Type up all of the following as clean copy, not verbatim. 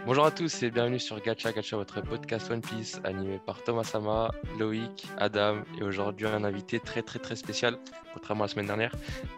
Bonjour à tous et bienvenue sur Gacha Gacha, votre podcast One Piece animé par Thomas Sama, Loïc, Adam et aujourd'hui un invité très spécial, contrairement à la semaine dernière.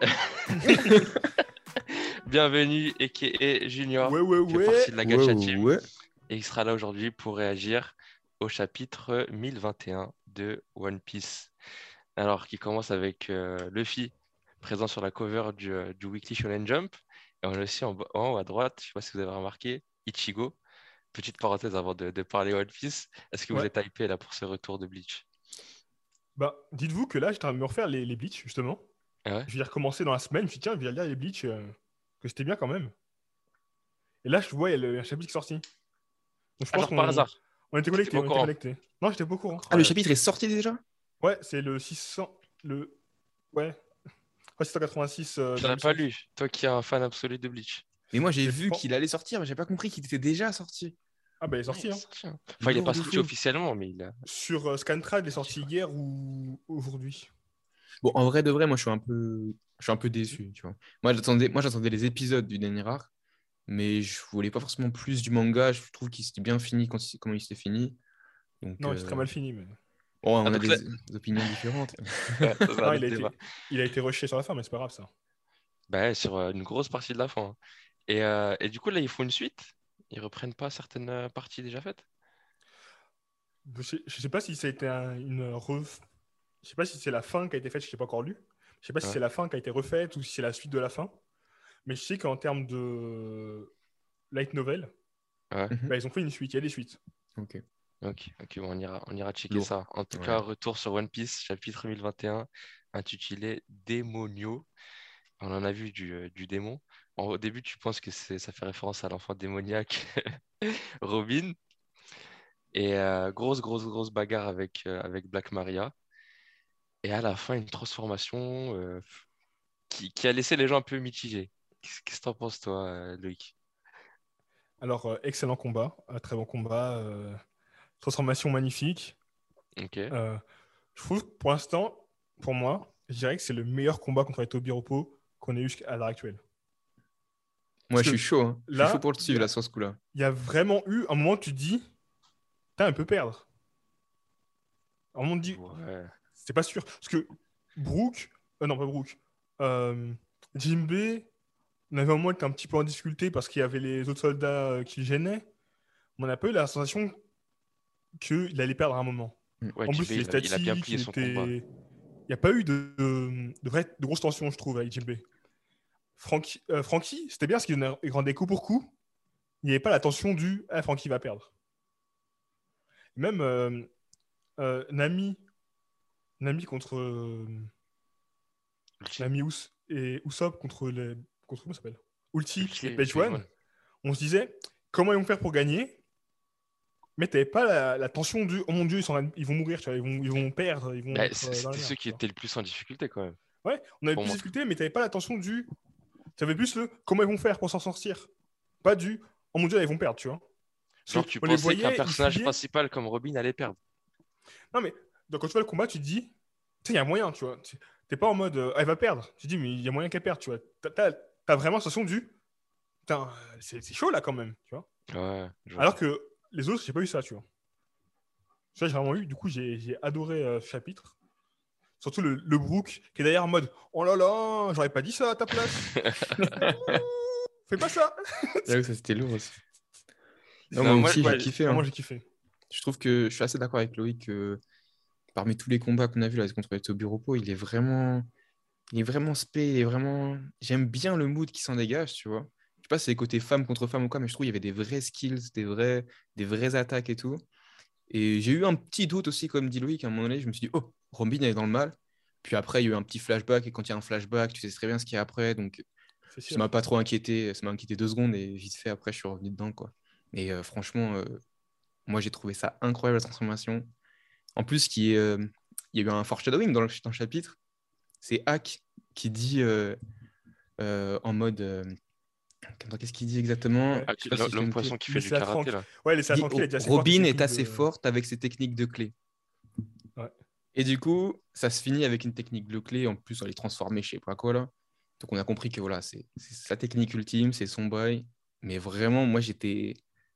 Bienvenue aka Junior, Ouais, ouais, qui fait ouais. partie de la Ouais, Gacha Team ouais. et il sera là aujourd'hui pour réagir au chapitre 1021 de One Piece. Alors, qui commence avec Luffy présent sur la cover du Weekly Shonen Jump et on a aussi en haut à droite, je ne sais pas si vous avez remarqué, Ichigo. Petite parenthèse avant de parler One Piece. Est-ce que vous Ouais. êtes hypé là pour ce retour de Bleach? Bah, dites-vous que là, j'étais en train de me refaire les Bleach, justement. Ah ouais? Je vais y recommencer dans la semaine. Je me suis dit, tiens, je vais lire les Bleach, que c'était bien quand même. Et là, je vois, il y a un chapitre qui est sorti. Donc, je Ah, pense genre par qu'on hasard. on était T'étais connectés, pas au on était courant. connectés. Non, j'étais pas au courant. Ah, le Incroyable. chapitre est sorti déjà? Ouais, c'est le 600... Le... Ouais. Ouais, 686 Tu dans l'as pas l'émission. lu, toi qui es un fan absolu de Bleach. Mais moi, j'ai Mais vu qu'il allait sortir, mais j'ai pas compris qu'il était déjà sorti. Ah, bah, il est Ouais, il sorti, est hein. sorti, hein. Enfin, il est Lourd pas de sorti fou. officiellement, mais il a. Sur Scantrad, il est Je sais sorti pas. hier ou aujourd'hui. Bon, en vrai de vrai, moi, je suis un peu déçu, tu vois. Moi, j'attendais les épisodes du dernier arc, mais je voulais pas forcément plus du manga. Je trouve qu'il s'était bien fini comment il s'était fini. Donc, Non, il est très mal fini, mais... bon, Ah, on a donc là, des opinions différentes. ouais, ça, c'est un Non, autre débat. il a été rushé sur la fin, mais c'est pas grave, ça. Bah, ouais, sur une grosse partie de la fin, hein. Et du coup, là, ils font une suite. Ils reprennent pas certaines parties déjà faites. Je sais pas si ça a été Je sais pas si c'est la fin qui a été faite, je l'ai pas encore lu. Je sais pas si Ouais. c'est la fin qui a été refaite ou si c'est la suite de la fin. Mais je sais qu'en termes de light novel, Ouais. bah, Mhm. ils ont fait une suite. Il y a des suites. Ok, Ok, bon, on ira checker lourd. ça. En tout cas, Ouais. retour sur One Piece, chapitre 1021, intitulé Démonio. On en a vu du démon. Au début, tu penses que ça fait référence à l'enfant démoniaque Robin. Et grosse bagarre avec Black Maria. Et à la fin, une transformation qui a laissé les gens un peu mitigés. Qu'est-ce que t'en penses, toi, Loïc? Alors, excellent combat, très bon combat, transformation magnifique. Ok. Euh, je trouve que pour l'instant, pour moi, je dirais que c'est le meilleur combat contre les Tobiropo qu'on ait eu jusqu'à l'heure actuelle. Moi, Parce je suis que chaud, hein. Je suis chaud là, pour le suivre, là, sur ce coup-là. il y a vraiment eu un moment où tu te dis, putain, elle peut perdre. Un moment, tu te dis, Ouais. c'est pas sûr. Parce que Brooke, non pas Brooke, euh, Jinbe, on avait un moment où il était un petit peu en difficulté parce qu'il y avait les autres soldats qui le gênaient. On a pas eu la sensation qu'il allait perdre à un moment. Mm. Ouais, En plus, Jinbe, il est il a bien statique, plié son combat. il n'y a pas eu de grosses tensions, je trouve, avec Jinbe. Frankie, c'était bien parce qu'il rendait coup pour coup. Il n'y avait pas la tension du ah, Frankie va perdre. Même Nami contre Ulti. Nami et Usopp contre comment ça s'appelle Ulti Ulti et et Page Page One. One. On se disait comment ils vont faire pour gagner, mais t'avais pas la tension du oh mon dieu ils vont mourir, tu vois, ils vont perdre, ils vont Bah, être dans la c'était ceux merde. qui Tu vois. étaient le plus en difficulté, quand même, Ouais, on avait pour plus moi. discuté, mais t'avais pas la tension du t'avais plus le comment ils vont faire pour s'en sortir, pas du oh mon dieu ils vont perdre, tu vois. Parce Genre, que tu on les pensais qu'un voyait, ils personnage fouillaient. principal comme Robin allait perdre. Non mais donc, quand tu vois le combat, tu te dis tu sais il y a moyen, tu vois. T'es pas en mode ah, elle va perdre. Tu te dis mais il y a moyen qu'elle perde, tu vois. T'as vraiment la sensation du putain c'est chaud là quand même, tu vois. Ouais, je vois. Alors que les autres j'ai pas eu ça, tu vois. Ça, j'ai vraiment eu. Du coup, j'ai adoré ce chapitre. Surtout le Brook qui est derrière en mode oh là là, j'aurais pas dit ça à ta place. Fais pas ça. J'avoue, ça, c'était lourd aussi. Non, moi Non, moi, aussi, j'ai Ouais, kiffé, vraiment, hein. j'ai kiffé. Je trouve que je suis assez d'accord avec Loïc que parmi tous les combats qu'on a vus là contre les Tobiropo, il est vraiment spé, j'aime bien le mood qui s'en dégage, tu vois. Je sais pas si c'est côté femme contre femme ou quoi, mais je trouve qu'il y avait des vrais skills, des vraies attaques et tout. Et j'ai eu un petit doute aussi, comme dit Loïc, à un moment donné, je me suis dit, oh, Robin elle est dans le mal. Puis après, il y a eu un petit flashback, et quand il y a un flashback, tu sais très bien ce qu'il y a après, donc C'est ça m'a sûr. pas trop inquiété, ça m'a inquiété 2 secondes, et vite fait, après, je suis revenu dedans, quoi. Et franchement, moi, j'ai trouvé ça incroyable, la transformation. En plus, il y a eu un foreshadowing dans le chapitre. C'est Hack qui dit en mode. Attends, qu'est-ce qu'il dit exactement? Ouais. Je sais pas si je l'ai l'homme noté. poisson qui fait du Laissez la karaté, Franck. là. Ouais, laissez Il la dit tranquille, elle est déjà assez forte, les Robin est techniques assez de. forte avec ses techniques de clé. Ouais. Et du coup, ça se finit avec une technique de clé. En plus, elle est transformée, je sais pas quoi là. Donc, on a compris que voilà, c'est sa technique ultime, c'est son boy. Mais vraiment, moi,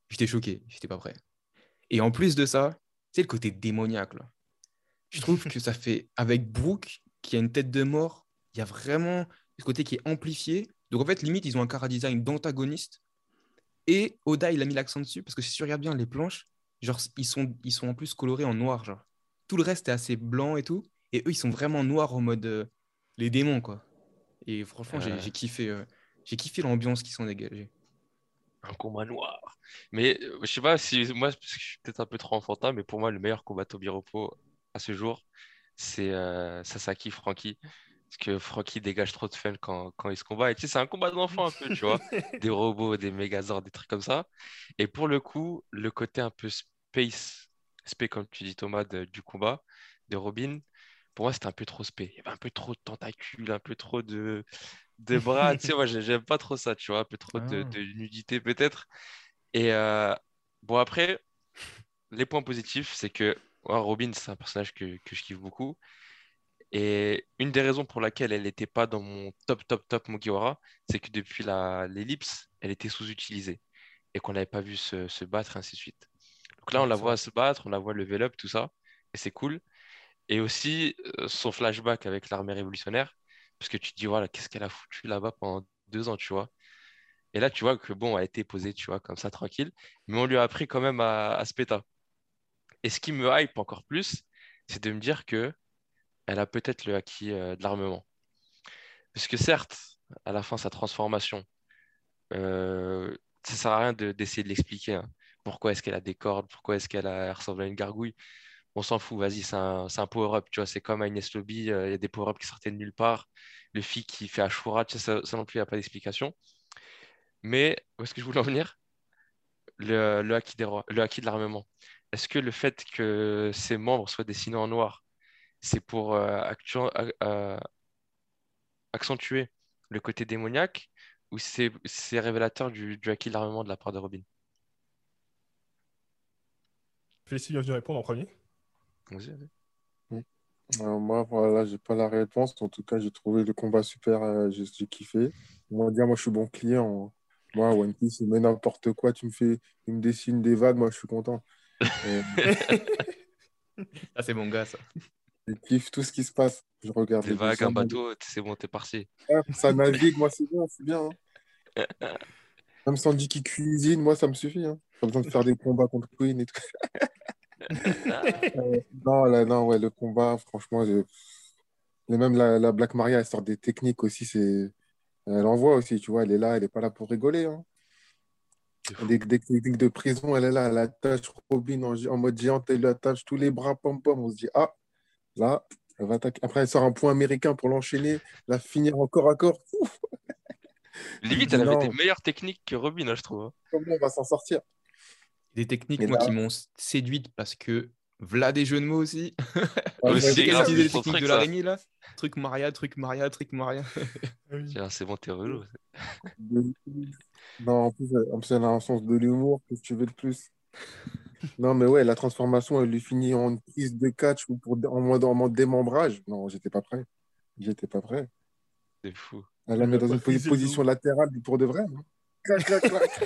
J'étais choqué, j'étais pas prêt. Et en plus de ça, c'est le côté démoniaque, là. Je trouve que ça fait, avec Brooke, qui a une tête de mort, il y a vraiment ce côté qui est amplifié. Donc en fait, limite, ils ont un chara design d'antagoniste. Et Oda, il a mis l'accent dessus, parce que si tu regardes bien les planches, genre, ils sont en plus colorés en noir, genre. Tout le reste est assez blanc et tout. Et eux, ils sont vraiment noirs en mode les démons, quoi. Et franchement, j'ai Euh, j'ai kiffé, j'ai kiffé l'ambiance qui sont dégagées. un combat noir. Mais je sais pas si moi, parce que je suis peut-être un peu trop enfantin, mais pour moi, le meilleur combat Tobiropo à ce jour, c'est Sasaki Franky. Parce que Franky dégage trop de fun quand il se combat. Et tu sais, c'est un combat d'enfant un peu, tu vois. Des robots, des Megazords, des trucs comme ça. Et pour le coup, le côté un peu space comme tu dis Thomas, du combat de Robin, pour moi, c'était un peu trop spé. Il y avait un peu trop de tentacules, un peu trop de bras. Tu sais, moi, j'aime pas trop ça, tu vois. Un peu trop Ah. de nudité peut-être. Et bon, après, les points positifs, c'est que ouais, Robin, c'est un personnage que je kiffe beaucoup. Et une des raisons pour laquelle elle n'était pas dans mon top Mugiwara, c'est que depuis l'ellipse, elle était sous-utilisée et qu'on l'avait pas vu se battre, et ainsi de suite. Donc là, on Ouais, la c'est voit vrai. se battre, on la voit level up, tout ça, et c'est cool. Et aussi, son flashback avec l'armée révolutionnaire, parce que tu te dis, voilà, qu'est-ce qu'elle a foutu là-bas pendant 2 ans, tu vois. Et là, tu vois que bon, elle a été posée, tu vois, comme ça, tranquille, mais on lui a appris quand même à se péta. Et ce qui me hype encore plus, c'est de me dire que elle a peut-être le acquis de l'armement. Parce que certes, à la fin, sa transformation, ça sert à rien d'essayer de l'expliquer, hein. Pourquoi est-ce qu'elle a des cordes? Pourquoi est-ce elle ressemble à une gargouille? On s'en fout, vas-y, c'est un power-up, tu vois. C'est comme à Ines Lobby, il y a des power-up qui sortaient de nulle part. Le fille qui fait Ashura, tu sais, ça non plus, il n'y a pas d'explication. Mais où est-ce que je voulais en venir? Le acquis des rois, le acquis de l'armement. Est-ce que le fait que ses membres soient dessinés en noir, c'est pour accentuer le côté démoniaque ou c'est révélateur du acquis de l'armement de la part de Robin? Félicie vient de répondre en premier. Vas-y, vas-y. Mm. Alors moi, voilà, j'ai pas la réponse. En tout cas, j'ai trouvé le combat super, j'ai kiffé. On va dire, moi, je suis bon client. Moi, One Piece, il met n'importe quoi, il me dessine des vagues, moi, je suis content. Et Ah, c'est mon gars, ça. je kiffe tout ce qui se passe. Je regarde Des les vagues, dessins. un bateau, c'est bon, t'es parti. Ça navigue, moi, c'est bien, hein. Même Sandy qui cuisine, moi, ça me suffit, hein. Pas besoin de faire des combats contre Queen et tout. Non, là, non, ouais, le combat, franchement, et même la Black Maria, elle sort des techniques aussi, elle envoie aussi, tu vois, elle est là, elle n'est pas là pour rigoler, hein. C'est Des, fou. des techniques de prison, elle est là, elle attache Robin en mode géante, elle lui attache tous les bras pom-pom. On se dit, ah, là, elle va attaquer. Après, elle sort un point américain pour l'enchaîner, la finir encore à corps. Ouf, je Limite, elle dis, avait des non, meilleures techniques que Robin, hein, je trouve, hein. comment on va s'en sortir? Des techniques, Et moi, qui là, m'ont séduite parce que, v'là des jeux de mots aussi. ouais, Tu sais Aussi qu'elle grave, utilisait c'est les son techniques de truc, ça. l'araignée, là? Truc Maria, truc Maria, truc Maria. Ah oui. Tiens, c'est bon, t'es relou. de- non, en plus, elle a un sens de l'humour, que tu veux de plus? Non, mais ouais, la transformation, elle lui finit en une prise de catch ou en mode démembrage. Non, j'étais pas prêt. J'étais pas prêt. C'est fou. Elle la Elle lui met a dans pas une frisé le dos. position latérale pour de vrai, hein. Clac, clac, clac.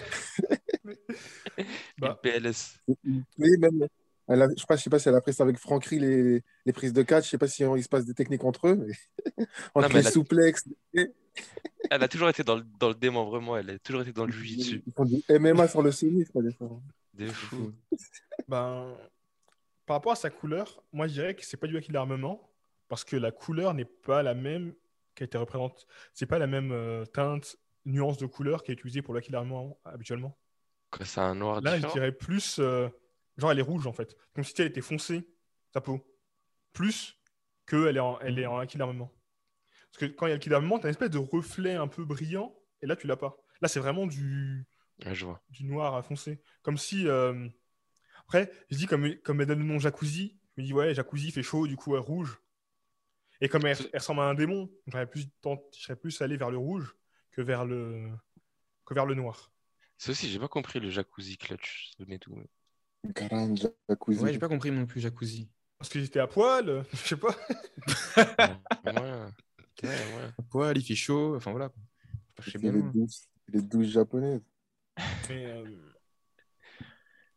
Une Bah, PLS. Oui, même, je sais pas si elle a pris ça avec Francky, les prises de catch. Je sais pas si il se passe des techniques entre eux, mais Non, entre mais les souplex. elle a toujours été dans le démembrement, elle a toujours été dans le jujitsu. Ils font du MMA sur le sommet, je crois, des fois. De C'est fou. fou. ben, par rapport à sa couleur, moi je dirais que c'est pas du acquis de l'armement, parce que la couleur n'est pas la même qui a été représentée. C'est pas la même teinte, nuance de couleur qui est utilisée pour l'acquis de l'armement habituellement. Quoi, c'est un noir Là, je différent? dirais plus. Genre, elle est rouge en fait. Comme si elle était foncée, sa peau. Plus elle est en acquis de l'armement. Parce que quand il y a l'acquis de l'armement, t'as une espèce de reflet un peu brillant, et là, tu l'as pas. Là, c'est vraiment Ouais, je vois. du noir à foncé. Comme si. Après, je dis comme elle donne le nom Jacuzzi, je me dis ouais, Jacuzzi fait chaud, du coup, elle rouge. Et comme elle ressemble à un démon, je serais plus allé vers le rouge que vers que vers le noir. C'est aussi, j'ai pas compris le jacuzzi clutch, le met tout. Karan, Ouais, jacuzzi. j'ai pas compris non plus, Jacuzzi. Parce qu'ils étaient à poil, je sais pas. Ouais, ouais, ouais. Poil, il fait chaud, enfin voilà. Je sais C'est bien loin. les douches japonaises. Mais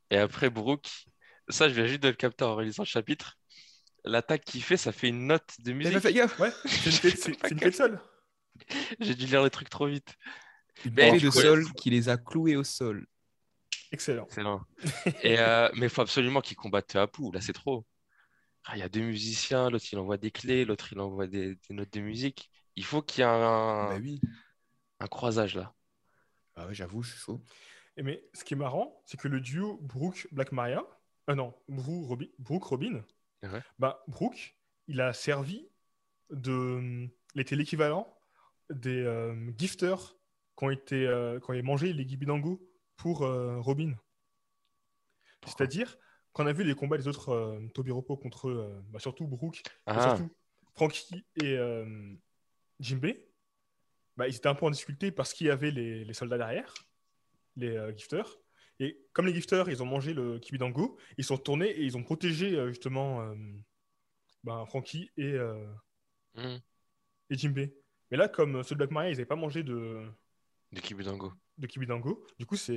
Et après, Brooke, ça, je viens juste de le capter en réalisant le chapitre. L'attaque qu'il fait, ça fait une note de T'avais pas fait musique. gaffe? Ouais, c'est une J'ai fête, pas c'est une fête capté. seule. J'ai dû lire les trucs trop vite. Une Mais clé Alors, du de coup, sol qui les a cloués au sol. Excellent. excellent. Mais il faut absolument qu'ils combattent Apu. Là, c'est trop. Ah, il y a deux musiciens, l'autre il envoie des clés, l'autre il envoie des notes de musique. Il faut qu'il y ait Bah oui. un croisage là. Ah ouais, j'avoue, je suis chaud. Mais ce qui est marrant, c'est que le duo Brooke-Black Maria, non, Brooke-Robin, Ouais. bah, Brooke, il a servi de. Il était l'équivalent des gifters qui ont mangé les Gibidango pour Robin. Pourquoi? C'est-à-dire, quand on a vu les combats des autres Tobiropo contre bah, surtout Brooke et Ah, surtout Frankie et Jinbei, bah, ils étaient un peu en difficulté parce qu'il y avait les soldats derrière, les gifters. Et comme les gifters, ils ont mangé le Kibidango, ils sont retournés et ils ont protégé justement bah, Frankie hmm, et Jinbei. Mais là, comme ceux de Black Maria, ils n'avaient pas mangé de Kibudango. de Kibidango, du coup,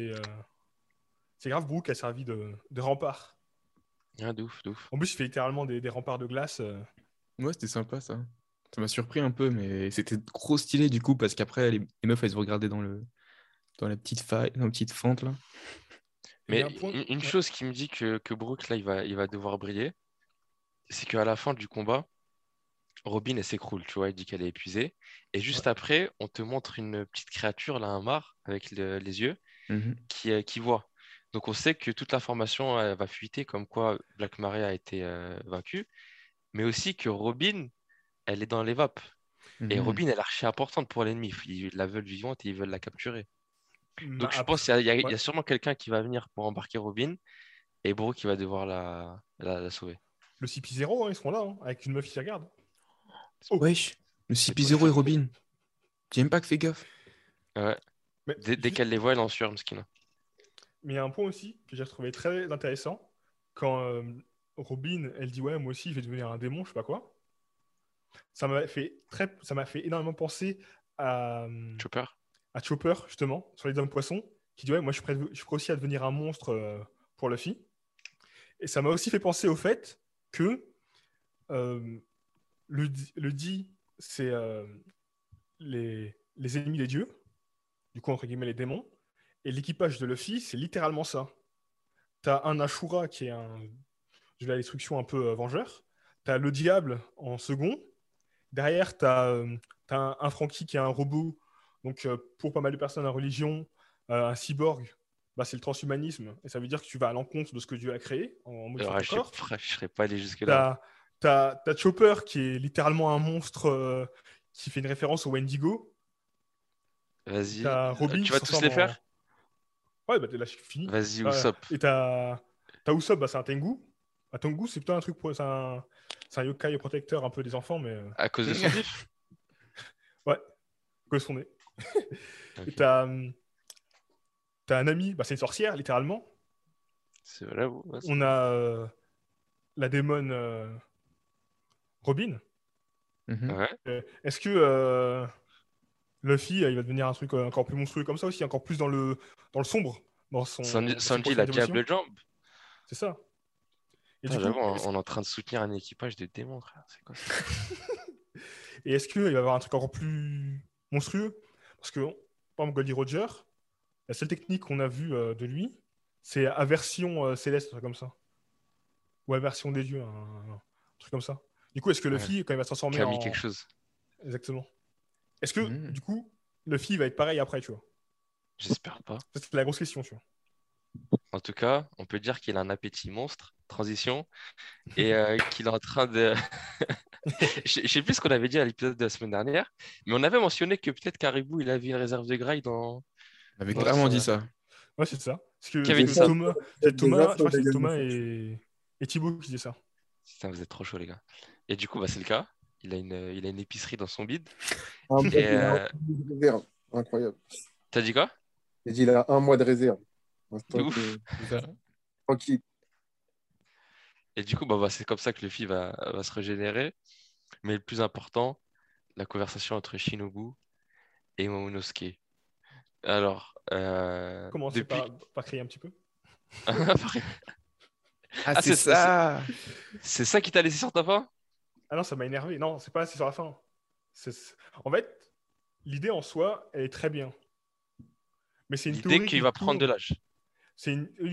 c'est grave, Brooke a servi de rempart. Ah, de ouf, de ouf. En plus, il fait littéralement des remparts de glace. Ouais, c'était sympa ça. Ça m'a surpris un peu, mais c'était trop stylé du coup, parce qu'après, les meufs, elles se regardaient dans la petite faille, dans la petite fente là. Et il y a Mais un point. une Ouais. chose qui me dit que Brooke là il va devoir briller, c'est qu'à la fin du combat, Robin elle s'écroule, tu vois, elle dit qu'elle est épuisée. Et Ouais. juste après, on te montre une petite créature là, un mar, avec les yeux, Mhm. qui voit. Donc on sait que toute l'information elle va fuiter comme quoi Black Maria a été vaincue, mais aussi que Robin, elle est dans les vapes. Et Mhm. Robin, elle est archi importante pour l'ennemi. Ils la veulent vivante et ils veulent la capturer. Bah, Donc je pense après, qu'il y ouais. a sûrement quelqu'un qui va venir pour embarquer Robin et Brooke qui va devoir la sauver. Le CP0, hein, ils seront là, hein, avec une meuf qui les regarde. Oh, Wesh, le C'est CP0 et possible. Robin. J'ai même pas que fait gaffe. Ouais. mais Dès juste, qu'elle les voit, elle en sueur, Mskina. mais il y a un point aussi que j'ai trouvé très intéressant. Quand Robin, elle dit ouais, moi aussi, je vais devenir un démon, je sais pas quoi. Ça m'a fait énormément penser à, euh, Chopper? à Chopper justement sur les hommes poissons, qui dit ouais, moi je suis prêt aussi à devenir un monstre pour Luffy. Et ça m'a aussi fait penser au fait que euh, le dit, c'est les ennemis des dieux, du coup entre guillemets les démons, et l'équipage de Luffy, c'est littéralement ça. T'as un Ashura qui est un, je vais à l'instruction un peu vengeur. T'as le diable en second. Derrière, t'as un Frankie qui est un robot. Donc, pour pas mal de personnes, la religion, un cyborg, bah, c'est le transhumanisme. Et ça veut dire que tu vas à l'encontre de ce que Dieu a créé, en modifiant Alors, ton corps. je serais pas allé jusque-là. T'as, t'as Chopper qui est littéralement un monstre qui fait une référence au Wendigo. Vas-y. T'as Robin Tu qui se vas tous transforme les en. faire? Ouais, bah là, c'est fini. Vas-y, Usopp. Et t'as Usopp, bah, c'est un Tengu. Un Tengu, c'est plutôt un truc pour. C'est un yokai protecteur un peu des enfants, mais. À cause de son bif? Ouais, que son nez. Et Ok. t'as un ami, bah, c'est une sorcière, littéralement. C'est vrai, ouais, c'est On vrai. a la démone Robin. Mhm. Ouais. Est-ce que Luffy, il va devenir un truc encore plus monstrueux comme ça aussi, encore plus dans le sombre, dans ses Sanji, la prochaines évolutions? Diable Jambe. C'est ça. Et du Putain, j'avoue, coup, on est en train de soutenir un équipage de démons, frère. C'est quoi ça? est-ce qu'il va y avoir un truc encore plus monstrueux? Parce que, par exemple, Goldie Roger, la seule technique qu'on a vue de lui, c'est aversion céleste, un truc comme ça. Ou aversion des dieux, un truc comme ça. Du coup, est-ce que Ouais. Luffy, quand il va se transformer Camille quelque en. chose. Exactement. Est-ce que, Mhm. du coup, Luffy va être pareil après, tu vois? J'espère pas. Ça, c'est la grosse question, tu vois. En tout cas, on peut dire qu'il a un appétit monstre, transition, et qu'il est en train de. Je sais plus ce qu'on avait dit à l'épisode de la semaine dernière, mais on avait mentionné que peut-être Caribou, il avait une réserve de graille On avait dans Ouais, clairement son. dit ça. ouais, c'est ça. Qui Parce avait J'ai que dit pas ça? Thomas, c'est des Thomas, je infos crois que de c'est gagner. Thomas et Thibaut qui disaient ça. Putain, vous êtes trop chaud, les gars. Et du coup, bah, c'est le cas. Il a une épicerie dans son bide. Un mois Et de réserve. Incroyable. t'as dit quoi? J'ai dit, il a un mois de réserve. De Instant ouf. que... C'est ça. Tranquille. Et du coup, bah, c'est comme ça que Luffy va se régénérer. Mais le plus important, la conversation entre Shinobu et Momonosuke. Alors, Commencez depuis. par crier un petit peu. Ah, Ah, c'est ça! c'est ça qui t'a laissé sur ta faim? Ah non, ça m'a énervé. Non, c'est pas c'est sur la fin. En fait, l'idée en soi, elle est très bien. Mais c'est une L'idée théorie qu'il qui va prendre de tourne. l'âge. C'est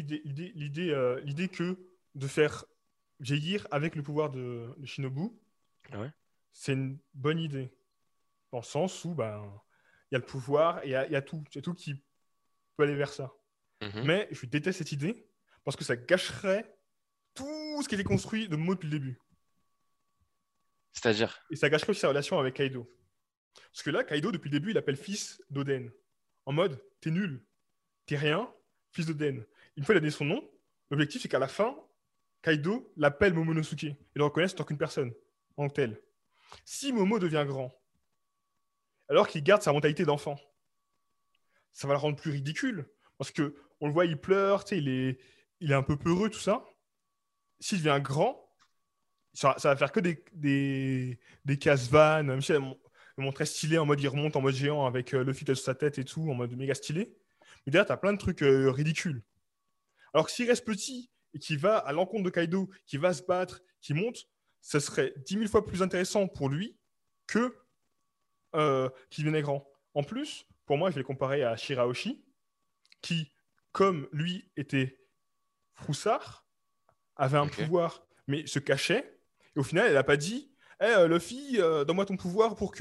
l'idée que de faire vieillir avec le pouvoir de Shinobu, Ouais. c'est une bonne idée. Dans le sens où ben, il y a le pouvoir et il y a tout. Il y a tout qui peut aller vers ça. Mhm. Mais je déteste cette idée parce que ça gâcherait tout ce qui était construit de Momo depuis le début. C'est-à-dire, Et ça gâcherait aussi sa relation avec Kaido. Parce que là, Kaido, depuis le début, il appelle fils d'Oden. En mode, t'es nul, t'es rien, fils d'Oden. Une fois qu'il a donné son nom, l'objectif, c'est qu'à la fin, Kaido l'appelle Momonosuke et le reconnaisse en tant qu'une personne, en tant que telle. Si Momo devient grand, alors qu'il garde sa mentalité d'enfant, ça va le rendre plus ridicule. Parce que on le voit, il pleure, il est un peu peureux, tout ça. S'il devient grand, ça va faire que des casse vannes. Même si elle montre très stylé en mode il remonte en mode géant avec Luffy qui est sur sa tête et tout, en mode méga stylé. Mais derrière, t'as plein de trucs ridicules. Alors que s'il reste petit et qu'il va à l'encontre de Kaido, qui va se battre, qui monte, ça serait 10 000 fois plus intéressant pour lui que qu'il devenait grand. En plus, pour moi, je vais le comparer à Shirahoshi, qui, comme lui était froussard, avait un ok. pouvoir, mais se cachait. Et au final, elle n'a pas dit Luffy, donne-moi ton pouvoir pour que.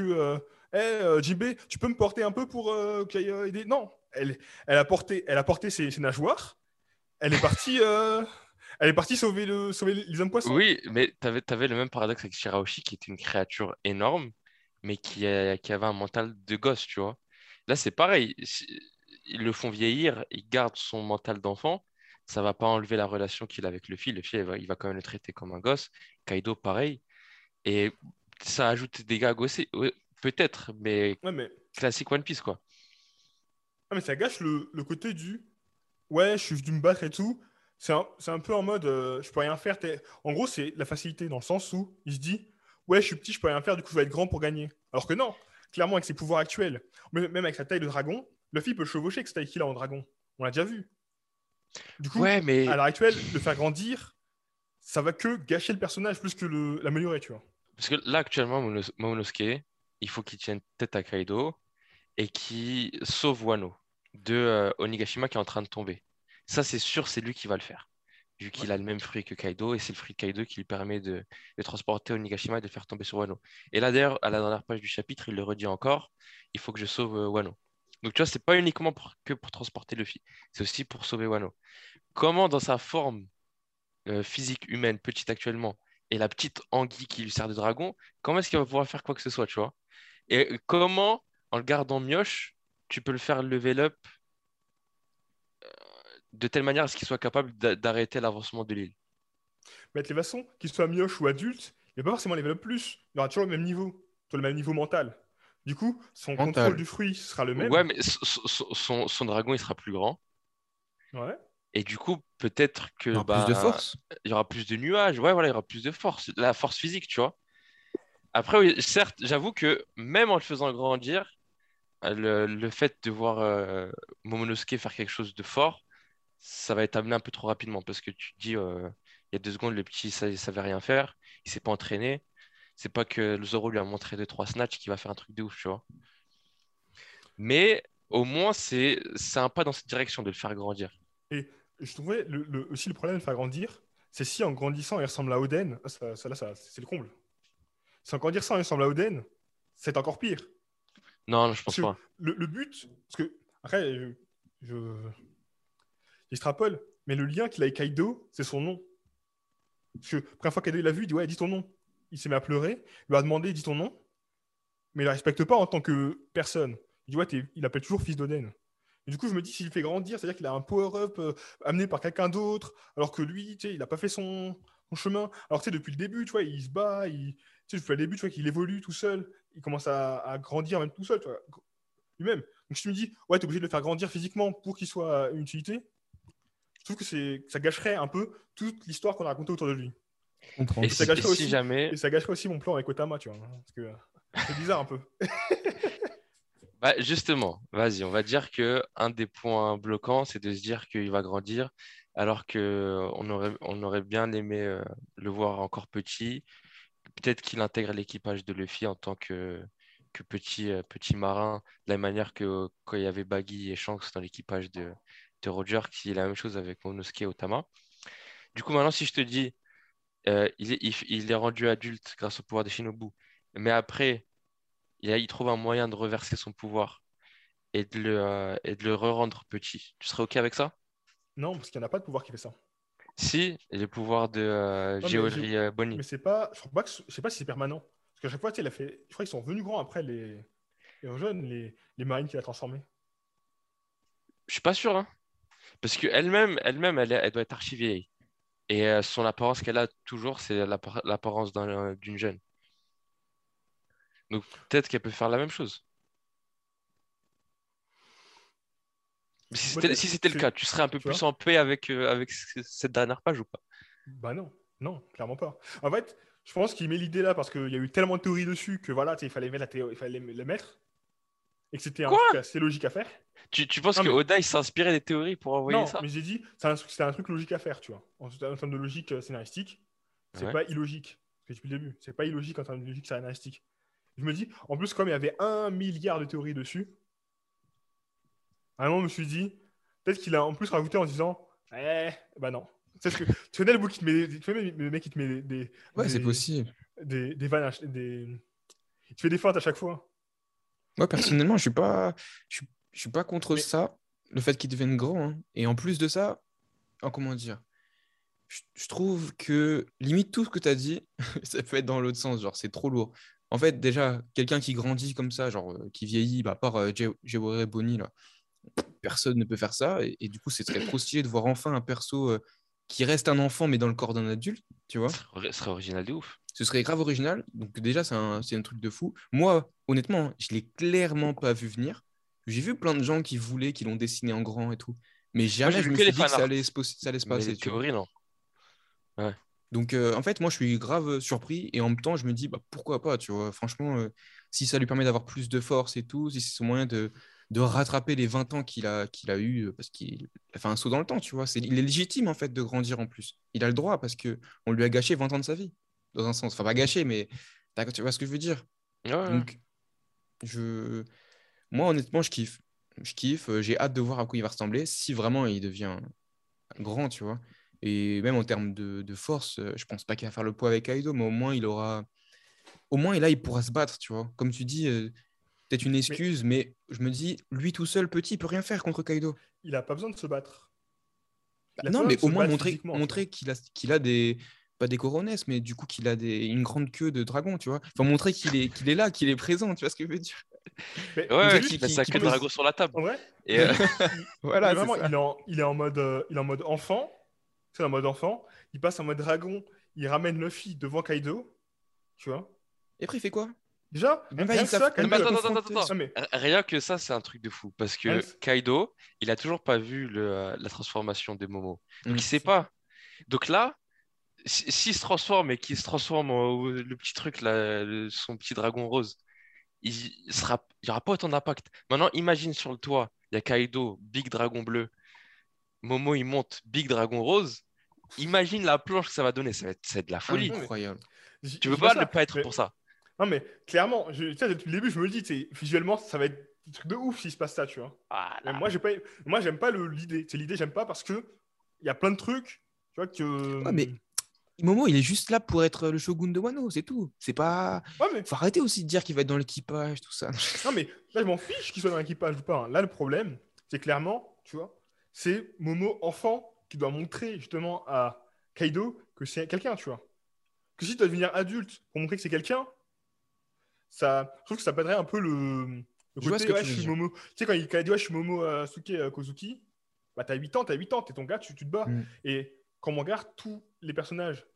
JB, tu peux me porter un peu pour qu'il y ait aider. Non, elle a porté ses nageoires. Elle est partie, elle est partie sauver les hommes poissons. Oui, mais t'avais le même paradoxe avec Shirahoshi, qui est une créature énorme, mais qui avait un mental de gosse, tu vois. Là, c'est pareil. Ils le font vieillir, ils gardent son mental d'enfant. Ça va pas enlever la relation qu'il a avec Luffy. Luffy, il va quand même le traiter comme un gosse. Kaido, pareil. Et ça ajoute des gags aussi, ouais, peut-être, mais Ouais, mais, classique One Piece, quoi. mais ça gâche le côté du ouais, je suis venu me battre et tout. C'est un peu en mode je peux rien faire. En gros, c'est la facilité dans le sens où il se dit ouais, je suis petit, je peux rien faire, du coup, je vais être grand pour gagner. Alors que non, clairement, avec ses pouvoirs actuels, même avec sa taille de dragon, Luffy peut le chevaucher avec cette taille qu'il a en dragon. On l'a déjà vu. Du coup, Ouais, à mais l'heure actuelle, le faire grandir, ça va que gâcher le personnage plus que l'améliorer, tu vois. parce que là, actuellement, Momonosuke, il faut qu'il tienne tête à Kaido et qu'il sauve Wano de Onigashima qui est en train de tomber. Ça, c'est sûr, c'est lui qui va le faire, vu Ouais. qu'il a le même fruit que Kaido, et c'est le fruit de Kaido qui lui permet de transporter Onigashima et de le faire tomber sur Wano. Et là, d'ailleurs, à la dernière page du chapitre, il le redit encore, il faut que je sauve Wano. Donc, tu vois, c'est pas uniquement que pour transporter Luffy, c'est aussi pour sauver Wano. Comment, dans sa forme physique humaine, petite actuellement, et la petite anguille qui lui sert de dragon, comment est-ce qu'il va pouvoir faire quoi que ce soit, tu vois? Et comment, en le gardant mioche, tu peux le faire level up de telle manière à ce qu'il soit capable d'arrêter l'avancement de l'île. Mais de toute façon, qu'il soit mioche ou adulte, il va pas forcément level up plus. Il aura toujours le même niveau, sur le même niveau mental. Du coup, son contrôle Mental. du fruit sera le Ouais, même. mais son dragon, il sera plus grand. Ouais. Et du coup, peut-être Il que aura plus de bah, force. il y aura plus de nuages. Ouais, voilà, il y aura plus de force. La force physique, tu vois. Après, oui, certes, j'avoue que même en le faisant grandir, le fait de voir Momonosuke faire quelque chose de fort, ça va être amené un peu trop rapidement. Parce que tu te dis, il y a 2 secondes, le petit, ça, il savait rien faire. Il s'est pas entraîné. C'est pas que le Zoro lui a montré 2, 3 snatchs qui va faire un truc de ouf, tu vois. Mais au moins, c'est un pas dans cette direction de le faire grandir. Et je trouvais aussi le problème de le faire grandir, c'est si en grandissant il ressemble à Oden, c'est le comble. Si en grandissant il ressemble à Oden, c'est encore pire. Non, je Parce pense que pas. le but, parce que après, je- j'extrapole, mais le lien qu'il a avec Kaido, c'est son nom. Parce que la première fois que Kaido l'a vu, il dit ouais, dis ton nom. Il s'est mis à pleurer, il lui a demandé, dis ton nom, mais il ne la respecte pas en tant que personne. Il dit ouais, il appelle toujours fils d'Oden. Et du coup, je me dis, s'il fait grandir, c'est-à-dire qu'il a un power-up amené par quelqu'un d'autre, alors que lui, tu sais, il n'a pas fait son chemin. Alors, tu sais, depuis le début, tu vois, il se bat, tu sais, depuis le début, tu vois, qu'il évolue tout seul, il commence à grandir même tout seul, tu vois, lui-même. Donc, si tu me dis, ouais, t'es obligé de le faire grandir physiquement pour qu'il soit une utilité, je trouve que ça gâcherait un peu toute l'histoire qu'on a racontée autour de lui. Je comprends. Et Et ça si, et gâcherait si aussi, jamais, et ça gâcherait aussi mon plan avec Otama, tu vois, parce que c'est bizarre un peu. Ouais, justement, vas-y, on va dire que un des points bloquants, c'est de se dire qu'il va grandir, alors que on aurait bien aimé le voir encore petit. Peut-être qu'il intègre l'équipage de Luffy en tant que petit marin, de la manière que quand il y avait Baggy et Shanks dans l'équipage de Roger, qui est la même chose avec Monosuke et Otama. Du coup, maintenant, si je te dis, il est rendu adulte grâce au pouvoir de Shinobu, mais après, il trouve un moyen de reverser son pouvoir et de le re-rendre petit. Tu serais OK avec ça? Non, parce qu'il n'y en a pas de pouvoir qui fait ça. Si, et le pouvoir de Non, mais, Geodri Bonnie. mais c'est pas. Je crois pas je sais pas si c'est permanent. Parce qu'à chaque fois, tu sais, il a fait. Je crois qu'ils sont venus grands après les jeunes, les marines qu'il a transformés. Je suis pas sûr, hein. Parce qu'elle-même, elle doit être archi vieille. Et son apparence qu'elle a toujours, c'est l'apparence d'une jeune. Donc peut-être qu'elle peut faire la même chose. Mais si c'était si Peut-être. c'était le cas, tu serais un peu Tu plus vois? en paix avec cette dernière page ou pas? Bah non. Non, clairement pas. En fait, je pense qu'il met l'idée là parce qu'il y a eu tellement de théories dessus que voilà, tu sais, il fallait mettre il fallait le mettre. Et que c'était un truc Quoi? assez logique à faire. Tu penses Non, que mais Oda, il s'est inspiré des théories pour envoyer Non, ça? mais j'ai dit, c'était un truc logique à faire, tu vois. En termes de logique scénaristique, c'est Ouais. pas illogique. Parce que depuis le début, c'est pas illogique en termes de logique scénaristique. Je me dis, en plus, comme il y avait 1 milliard de théories dessus, à un moment, je me suis dit, peut-être qu'il a en plus rajouté en disant, bah non. C'est ce que tu connais le bout qui te met, tu connais le mec qui te met Ouais, c'est des, possible. des vannes, il te fait des feintes à chaque fois. Moi, personnellement, je suis pas contre Mais ça, le fait qu'ils deviennent grands, hein. Et en plus de ça, comment dire, je trouve que limite tout ce que tu as dit, ça peut être dans l'autre sens, genre c'est trop lourd. En fait, déjà, quelqu'un qui grandit comme ça, genre qui vieillit, bah, à part Jaware Bonnie, là, personne ne peut faire ça. Et du coup, ce serait trop stylé de voir enfin un perso qui reste un enfant, mais dans le corps d'un adulte, tu vois. Ce serait original de ouf. Ce serait grave original. Donc déjà, c'est un truc de fou. Moi, honnêtement, je l'ai clairement pas vu venir. J'ai vu plein de gens qui voulaient, qui l'ont dessiné en grand et tout. Mais Moi, j'ai jamais je vu me que les suis dit que fan art. ça allait se Mais les passer, tu vois. théories, non. Ouais. Donc, en fait, moi, je suis grave surpris et en même temps, je me dis, bah, pourquoi pas, tu vois. Franchement, si ça lui permet d'avoir plus de force et tout, si c'est son moyen de rattraper les 20 ans qu'il a eu, parce qu'il a fait un saut dans le temps, tu vois. Il est légitime, en fait, de grandir en plus. Il a le droit parce que on lui a gâché 20 ans de sa vie, dans un sens. Enfin, pas gâché, mais tu vois ce que je veux dire. Ouais, ouais. Donc, je... moi, honnêtement, je kiffe. Je kiffe. J'ai hâte de voir à quoi il va ressembler si vraiment il devient grand, tu vois. Et même en termes de force, je pense pas qu'il va faire le poids avec Kaido, mais au moins il aura. Au moins, et là, il pourra se battre, tu vois. Comme tu dis, peut-être une Mais excuse, mais je me dis, lui tout seul, petit, il peut rien faire contre Kaido. il a pas besoin de se battre. Bah, Il a pas non, besoin mais de au se moins battre montrer, physiquement, tu vois. montrer qu'il a des. Pas des coronesses, mais du coup qu'il a une grande queue de dragon, tu vois. Enfin, montrer qu'il est là, qu'il est présent, tu vois ce que je veux dire. Mais Ouais, vous avez ouais, vu, qui met sa Qui queue en de peut. dragon sur la table. En vrai, Et mais Voilà, c'est vraiment, ça. il est en mode enfant. C'est en mode enfant. Il passe en mode dragon. Il ramène Luffy devant Kaido. Tu vois. Et après, il fait quoi? Déjà, Même pas, rien que ça, non, même mais pas Kaido. il attends, attends, attends, confronte. attends. Non mais, Rien que ça, c'est un truc de fou. Parce rien que que- Kaido, il a toujours pas vu la transformation des Momo. Donc il Mm. sait pas. Donc là, s'il se transforme et qu'il se transforme en le petit truc là, son petit dragon rose, il y aura pas autant d'impact. Maintenant, imagine sur le toit, il y a Kaido, Big Dragon bleu. Momo, il monte, Big Dragon rose. Imagine la planche que ça va donner. Ça va être de la folie. non mais, Incroyable. Tu je veux dis pas pas ne ça. pas être Mais, pour ça. non mais, clairement, tu sais, depuis le début, je me le dis, tu sais, visuellement, ça va être un truc de ouf s'il se passe ça, tu vois. Mais Voilà. moi, j'aime pas l'idée. C'est l'idée, j'aime pas parce que il y a plein de trucs, tu vois, que. Ouais, mais Momo, il est juste là pour être le shogun de Wano, c'est tout. C'est pas. Ouais, mais Faut arrêter aussi de dire qu'il va être dans l'équipage, tout ça. non, mais là, je m'en fiche qu'il soit dans l'équipage ou pas, hein. Là, le problème, c'est clairement, tu vois, c'est Momo enfant qui doit montrer justement à Kaido que c'est quelqu'un, tu vois. Que si tu dois devenir adulte pour montrer que c'est quelqu'un, je trouve que ça perdrait un peu le Je vois ce côté, que ouais, tu je veux suis dire. Momo. Tu sais, quand il dit, ouais, je suis Momo Suke Kozuki, bah, t'as 8 ans, t'es ton gars, tu te bats. Mm. Et quand on regarde tous les personnages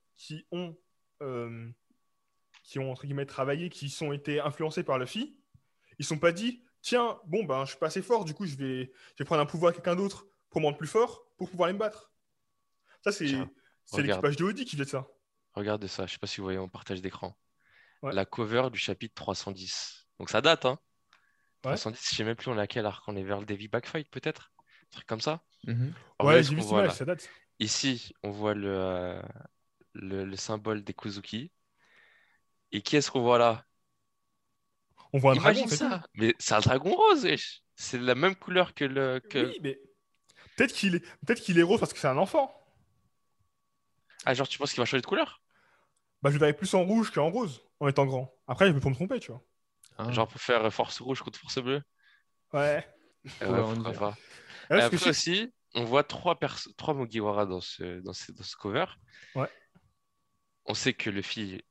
euh, qui ont entre guillemets travaillé, qui sont été influencés par Luffy, ils sont pas dit, tiens, bon, ben, je suis pas assez fort, du coup, je vais prendre un pouvoir à quelqu'un d'autre pour me rendre plus fort, pour pouvoir aller me battre. Ça, Tiens, c'est regarde. l'équipage de Audi qui fait ça. Regarde ça. Je sais pas si vous voyez en partage d'écran. Ouais. La cover du chapitre 310. Donc ça date, hein. Ouais. 310, je sais même plus on est à quel arc. On est vers le Davy Backfight, peut-être? Un truc comme ça. Mhm. Regarde Ouais, ce j'ai vu qu'on cette voit image, là. ça date. Ici, on voit le symbole des Kuzuki. Et qui est-ce qu'on voit là? On voit un dragon, Imagine c'est tout. ça! Mais c'est un dragon rose, wesh. C'est la même couleur que Oui, mais peut-être qu'il est rose parce que c'est un enfant. Ah, genre, tu penses qu'il va changer de couleur? Bah, je le verrais plus en rouge qu'en rose, en étant grand. Après, je peux me tromper, tu vois. Ah, Genre, pour faire force rouge contre force bleue? Ouais. pourrait Ouais, en pourquoi dire. pas. Ah, Et parce que je après sais que... aussi, on voit trois Mugiwara dans ce cover. Ouais. On sait que Luffy,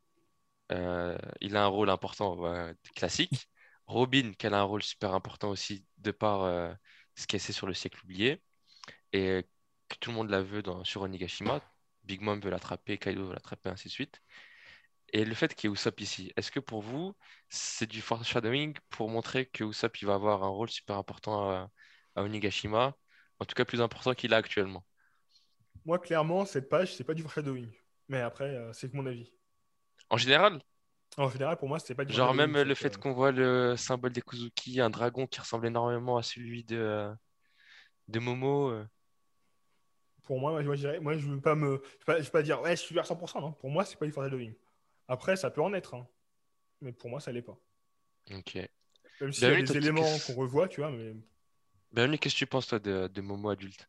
il a un rôle important, ouais, classique. Robin, qu'elle a un rôle super important aussi, de par ce qu'elle sait sur le siècle oublié. Et que tout le monde la veut sur Onigashima. Big Mom veut l'attraper, Kaido veut l'attraper, ainsi de suite. Et le fait qu'il y ait Usopp ici, est-ce que pour vous, c'est du foreshadowing pour montrer que Usopp il va avoir un rôle super important à Onigashima, en tout cas plus important qu'il a actuellement? Moi, clairement, cette page, c'est pas du foreshadowing. Mais après, c'est que mon avis. En général, En général, pour moi, c'est pas du genre foreshadowing, même le cette... fait qu'on voit le symbole des Kuzuki, un dragon qui ressemble énormément à celui de Momo. Pour moi, je dirais... Moi, je veux pas je veux pas dire, ouais, je suis à 100%, non. Pour moi, c'est pas du foreshadowing. Après, ça peut en être, hein. Mais pour moi, ça l'est pas. Ok. Même s'il y a Bienvenue, des éléments qu'on revoit, tu vois, mais... Bienvenue, qu'est-ce que tu penses toi de Momo adulte?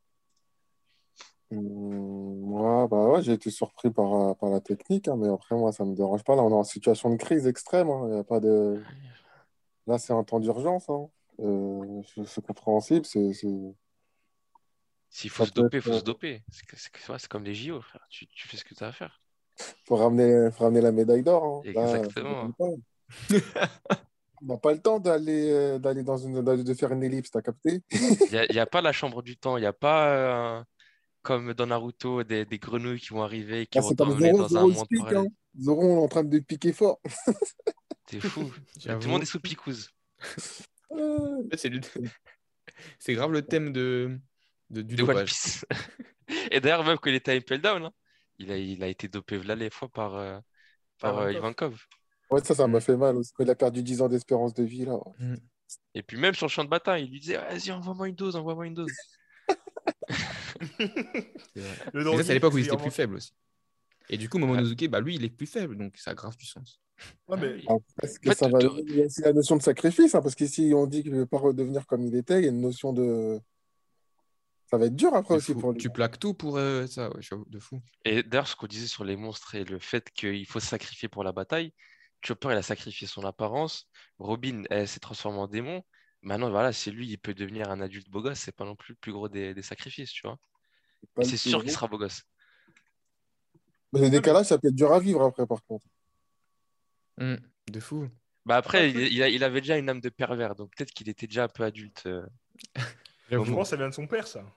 Moi, bah ouais, j'ai été surpris par la technique, hein, mais après, moi, ça me dérange pas. Là, on est en situation de crise extrême, hein. Il y a pas de... Là, c'est un temps d'urgence, hein. C'est compréhensible. S'il faut Ça se peut doper, être. il faut se doper. C'est comme les JO, frère. Tu fais ce que tu as à faire. Faut ramener la médaille d'or, hein. Là, ça Exactement. déconne pas. On n'a pas le temps d'aller de faire une ellipse, t'as capté? Il y a pas la chambre du temps. Il n'y a pas, comme dans Naruto, des grenouilles qui vont arriver et qui Là, vont c'est comme t'emmener Zoro, dans un Zoro il monde speak, hein. parallèle. Zoro, on est en train de piquer fort. T'es fou. Mais tout le monde est J'avoue. sous picouse. Euh, En fait, c'est grave le thème du De One dopage. Piece. Et d'ailleurs, même quand il était à Impel Down, hein, il a été dopé là les fois Ah, par Vankov. Ivankov. Ouais, ça m'a Mm. fait mal aussi. Quand il a perdu 10 ans d'espérance de vie, là. Mm. Et puis même sur le champ de bataille, il lui disait, vas-y, envoie-moi une dose, envoie-moi une dose. C'est vrai. Le Mais ça, c'est à danger qui l'époque où il s'est était plus inventé. faible aussi. Et du coup, Ouais. Momonosuke, bah lui, il est plus faible, donc ça a grave du sens. Ouais, Ah mais oui. Est-ce En que fait, ça va. Il y a aussi la notion de sacrifice, hein, parce qu'ici, on dit qu'il ne veut pas redevenir comme il était. Il y a une notion de. Ça va être dur après De aussi fou. pour lui. Tu plaques tout pour ça, ouais, j'avoue, de fou. et d'ailleurs, ce qu'on disait sur les monstres et le fait qu'il faut se sacrifier pour la bataille, Chopper, il a sacrifié son apparence. Robin, elle s'est transformée en démon. Maintenant, voilà, c'est lui, il peut devenir un adulte beau gosse. C'est pas non plus le plus gros des sacrifices, tu vois. C'est Mais pas le c'est plus sûr qu'il gros. sera beau gosse. Mais le ouais, mais décalage, ça peut être dur à vivre après, par contre. Mm. De fou. Bah après, le après, truc, il avait déjà une âme de pervers, donc peut-être qu'il était déjà un peu adulte, je J'avoue. Momo. pense que ça vient de son père, ça.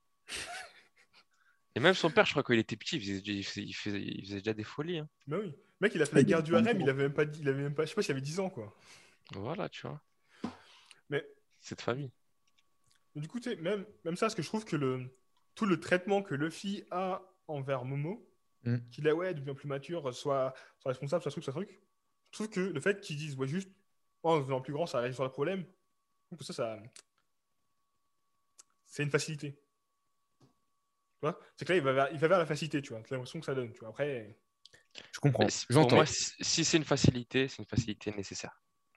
Et même son père, je crois qu'il était petit, il faisait déjà des folies, hein. Mais oui. Le mec, il a fait Ah, la il est guerre du pas harem, encore. il avait même pas, je sais pas s'il avait 10 ans, quoi. Voilà, tu vois, Mais cette famille. du coup, tu sais, même ça, parce que je trouve que tout le traitement que Luffy a envers Momo, Mm. qu'il a, ouais, devient plus mature, soit responsable, soit truc, je trouve que le fait qu'ils disent, ouais, juste, oh, en devenant plus grand, ça résout le problème, je trouve que c'est une facilité. Tu vois? C'est que là, il va vers la facilité, tu vois. C'est l'impression que ça donne, tu vois. Après, Je Mais comprends. pour J'entends. moi, si c'est une facilité nécessaire.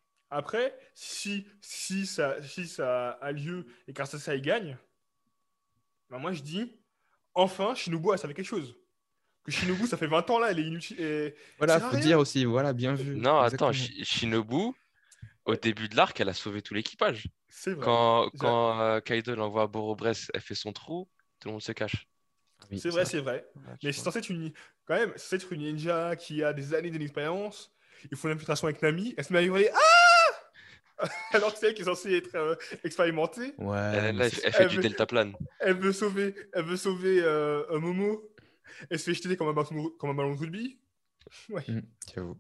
si ça a lieu et grâce à ça, il gagne, bah moi, je dis, enfin, Shinobu a servi quelque chose. Que Shinobu, ça fait 20 ans là, elle est inutile. Et elle Voilà, sert à faut dire rien. aussi, voilà, bien vu. Non, attends, Exactement. Shinobu, au début de l'arc, elle a sauvé tout l'équipage. C'est vrai. Quand Kaido l'envoie à Boro-Bress, elle fait son trou, tout le monde se cache. Ah oui, C'est c'est vrai, vrai. c'est vrai. Voilà, tu Mais c'est vois. censé être quand même, c'est censé être une ninja qui a des années d'expérience. Il faut une infiltration avec Nami. Elle se met à hurler alors que c'est elle qui est censée être expérimentée. Ouais, mais Là, c'est elle fait Elle du veut, deltaplane. elle veut sauver un Momo. Elle se fait jeter comme un ballon de rugby. Ouais. J'avoue.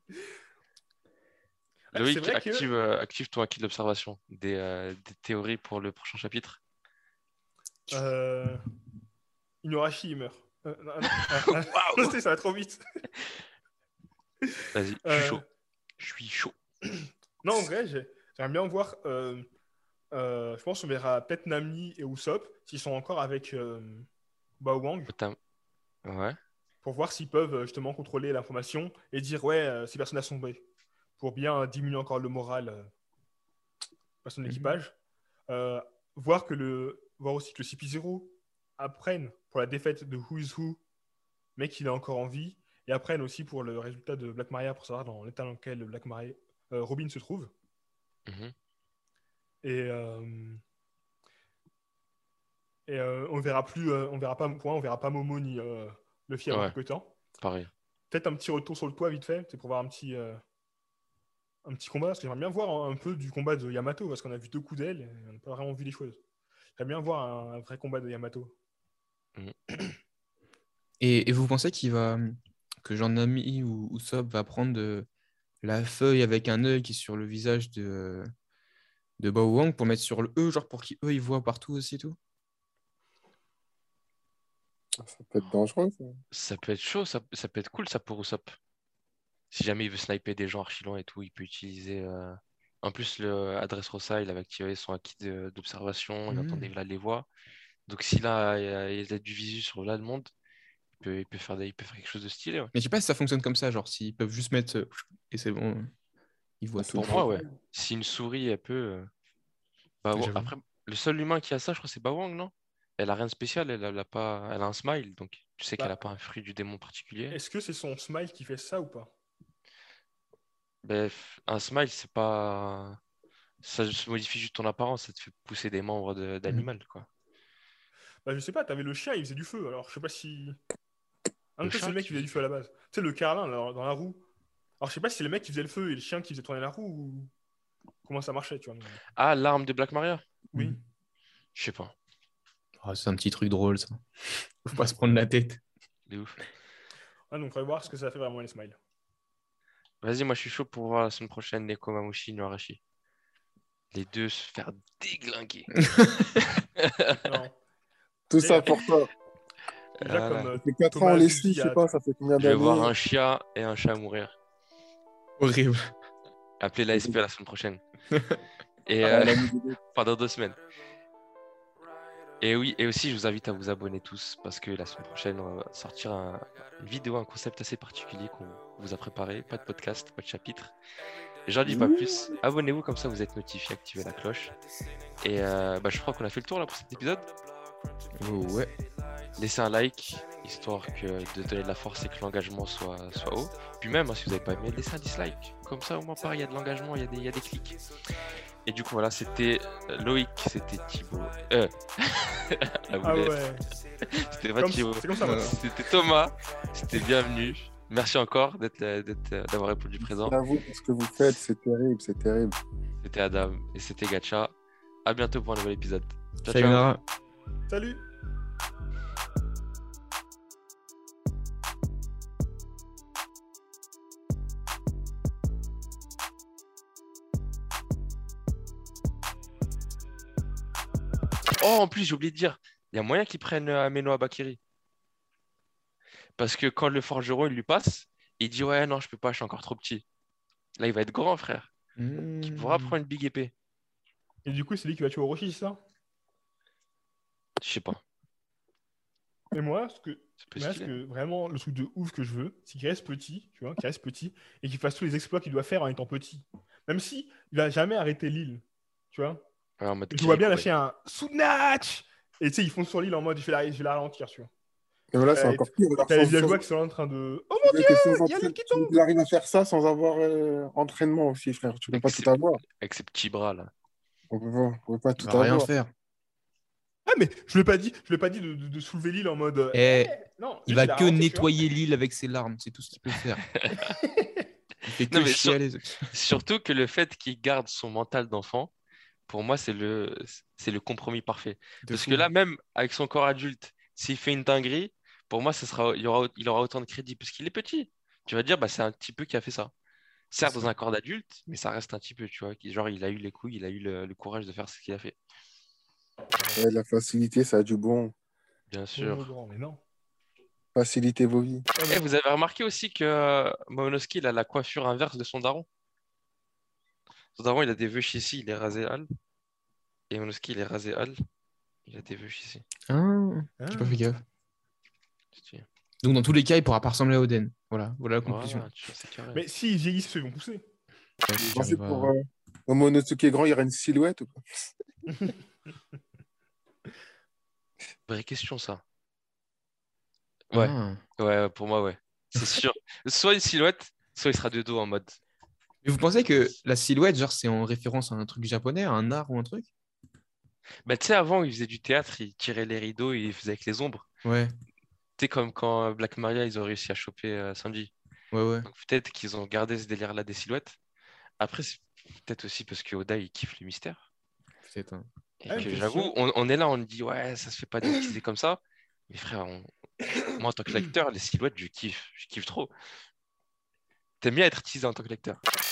Ouais, c'est Loïc, vrai que active ton acquis d'observation des théories pour le prochain chapitre. euh, Inuarashi, il meurt. Non, Waouh! ça va trop vite. Vas-y, je suis Euh, chaud. Je suis chaud. non, en vrai, J'aimerais bien voir. Je pense qu'on verra peut-être Nami et Usopp s'ils sont encore avec Bao Wang Ouais. pour voir s'ils peuvent justement contrôler l'information et dire ouais, ces personnes a sombré pour bien diminuer encore le moral de son équipage. Euh, voir aussi que le CP0 apprenne pour la défaite de Who is Who, mais qu'il est encore en vie, et apprenne aussi pour le résultat de Black Maria pour savoir dans l'état dans lequel Robin se trouve. Mhm. Et, on verra plus, on verra pas, pour moi, on verra pas Momo ni Luffy avant Ouais, quelque temps. pareil. Peut-être un petit retour sur le toit vite fait, c'est pour voir un petit combat, parce que j'aimerais bien voir un peu du combat de Yamato, parce qu'on a vu 2 coups d'aile, et on n'a pas vraiment vu les choses. J'aimerais bien voir un vrai combat de Yamato. Et vous pensez que Jean-Nami ou Usopp va prendre la feuille avec un œil qui est sur le visage de Bao Wang pour mettre sur le E, genre pour qu'eux ils voient partout aussi et tout? Ça peut être dangereux, ça. Ça peut être chaud, ça peut être cool ça pour Usopp. Si jamais il veut sniper des gens archi loin et tout, il peut utiliser. En plus, le Adresse Rossa, il avait activé son acquis d'observation, il entendait là les voix. Donc s'il a, il a du visu sur là le monde, il peut faire quelque chose de stylé. Ouais. Mais je sais pas si ça fonctionne comme ça, genre s'ils peuvent juste mettre et c'est bon, ils voient tout. Pour moi, ouais. Si une souris, elle peut. J'avoue. Après, le seul humain qui a ça, je crois, c'est Bawang, non? Elle a rien de spécial, elle a pas, elle a un smile, donc tu sais qu'elle a Bah, pas un fruit du démon particulier. est-ce que c'est son smile qui fait ça ou pas? Un smile, c'est pas. Ça se modifie juste ton apparence, ça te fait pousser des membres d'animal, quoi. Bah, je sais pas, t'avais le chien, il faisait du feu, alors je sais pas si. Ah, Le non, peut-être c'est chat le mec qui qui faisait du feu à la base. Tu sais, le carlin là, dans la roue. Alors je sais pas si c'est le mec qui faisait le feu et le chien qui faisait tourner la roue ou comment ça marchait, tu vois. Ah, l'arme de Black Maria? Oui. Je sais pas. Oh, c'est un petit truc drôle, ça. Faut pas se prendre la tête. De ouf. Ah, donc, on va voir ce que ça fait vraiment les smiles. Vas-y, moi je suis chaud pour voir la semaine prochaine Nekomamushi Inuarashi. Les deux se faire déglinguer. Non. Tout Déjà, ça pour toi. déjà Voilà. comme Ça fait 4 ans, on Thomas les nous suit, dit je sais pas, ça fait combien Je vais voir d'années? un chien et un chat mourir. Horrible. Appelez l'ASP la semaine prochaine. Et Ah, la musique. pendant 2 semaines. Et oui, et aussi je vous invite à vous abonner tous parce que la semaine prochaine on va sortir une vidéo, un concept assez particulier qu'on vous a préparé. Pas de podcast, pas de chapitre. J'en dis pas plus. Abonnez-vous comme ça vous êtes notifiés, activez la cloche. Et je crois qu'on a fait le tour là pour cet épisode. Oh, ouais. Laissez un like histoire de donner de la force et que l'engagement soit haut. Puis même si vous n'avez pas aimé, laissez un dislike. Comme ça au moins pareil, il y a de l'engagement, il y a des clics. Et du coup voilà, c'était Loïc, c'était Thibaut. Ah ouais. C'était pas Thibaut. C'est comme ça maintenant. C'était Thomas. C'était bienvenu. Merci encore d'avoir répondu présent. À vous pour ce que vous faites, c'est terrible, c'est terrible. C'était Adam et c'était Gacha. À bientôt pour un nouvel épisode. Ciao, ciao. Sayonara. Salut. Oh, en plus, j'ai oublié de dire, il y a moyen qu'ils prennent Ameno Abakiri. Parce que quand le forgeron il lui passe, il dit ouais, non, je peux pas, je suis encore trop petit. Là, il va être grand, frère. Il pourra prendre une big épée. Et du coup, c'est lui qui va tuer Orochi, c'est ça? Je sais pas. Et moi, C'est pas stylé. vraiment, le truc de ouf que je veux, c'est qu'il reste petit, tu vois, qu'il reste petit, et qu'il fasse tous les exploits qu'il doit faire en étant petit. Même si il va jamais arrêter l'île, tu vois. Ouais, en mode Je vois bien Kiriko, lâcher un Snatch! Et tu sais, ils fonce sur l'île en mode, je vais la ralentir, tu vois. Et voilà, c'est Et encore pire. Alors, t'as les villageois qui sont là en train de. Oh tu mon veux que dieu! sans Il y a l'île qui tu veux tombe! qu'il arrive à faire ça sans avoir entraînement aussi, frère. Tu peux pas tout avoir. avec ses petits bras là. On peut pas Il tout va rien avoir. faire. Ah, mais je lui ai pas dit de soulever l'île en mode. Non, Il juste, va la que ralentir, tu nettoyer l'île avec ses larmes, c'est tout ce qu'il peut faire. Il fait que Non, mais chialer. surtout que le fait qu'il garde son mental d'enfant, pour moi, c'est le compromis parfait. De Parce fou. que là, même avec son corps adulte, s'il fait une dinguerie, pour moi, il aura autant de crédit parce qu'il est petit. Tu vas dire, bah, c'est un petit peu qui a fait ça. Certes, C'est dans ça. un corps d'adulte, mais ça reste un petit peu, tu vois. Genre, il a eu les couilles, il a eu le courage de faire ce qu'il a fait. Ouais, la facilité, ça a du bon. Bien vois. sûr. Oh, grand, mais non. Facilitez vos vies. Et vous avez remarqué aussi que Momonosuke, il a la coiffure inverse de son daron. Avant, il a des vœux ici, il est rasé Al. Et Monoski, il est rasé Al. Il a des vœux ici. Ah, Ah. j'ai pas fait gaffe. Stylé. Donc, dans tous les cas, il pourra pas ressembler à Oden. Voilà la conclusion. Voilà, tu vois, c'est carré. Mais s'ils vieillissent, ils vont pousser. Ouais, si Moi, c'est j'arrive pour à- un Monosuke grand, il y aura une silhouette ou pas? Vraie question, ça. Ouais, Ah. ouais, pour moi, ouais. C'est sûr. Soit une silhouette, soit il sera de dos en mode. Mais vous pensez que la silhouette, genre, c'est en référence à un truc japonais, à un art ou un truc? Bah, tu sais, avant, il faisait du théâtre, il tirait les rideaux, il faisait avec les ombres. Ouais, Tu sais, comme quand Black Maria, ils ont réussi à choper Sanji. ouais. Donc peut-être qu'ils ont gardé ce délire-là des silhouettes. Après, c'est peut-être aussi parce que Oda, il kiffe le mystère. Peut-être. Hein. Et Ah, une que question. j'avoue, on est là, on dit, ouais, ça se fait pas d'utiliser comme ça. Mais frère, moi, en tant que lecteur, les silhouettes, je kiffe trop. T'aimes bien être teasé en tant que lecteur.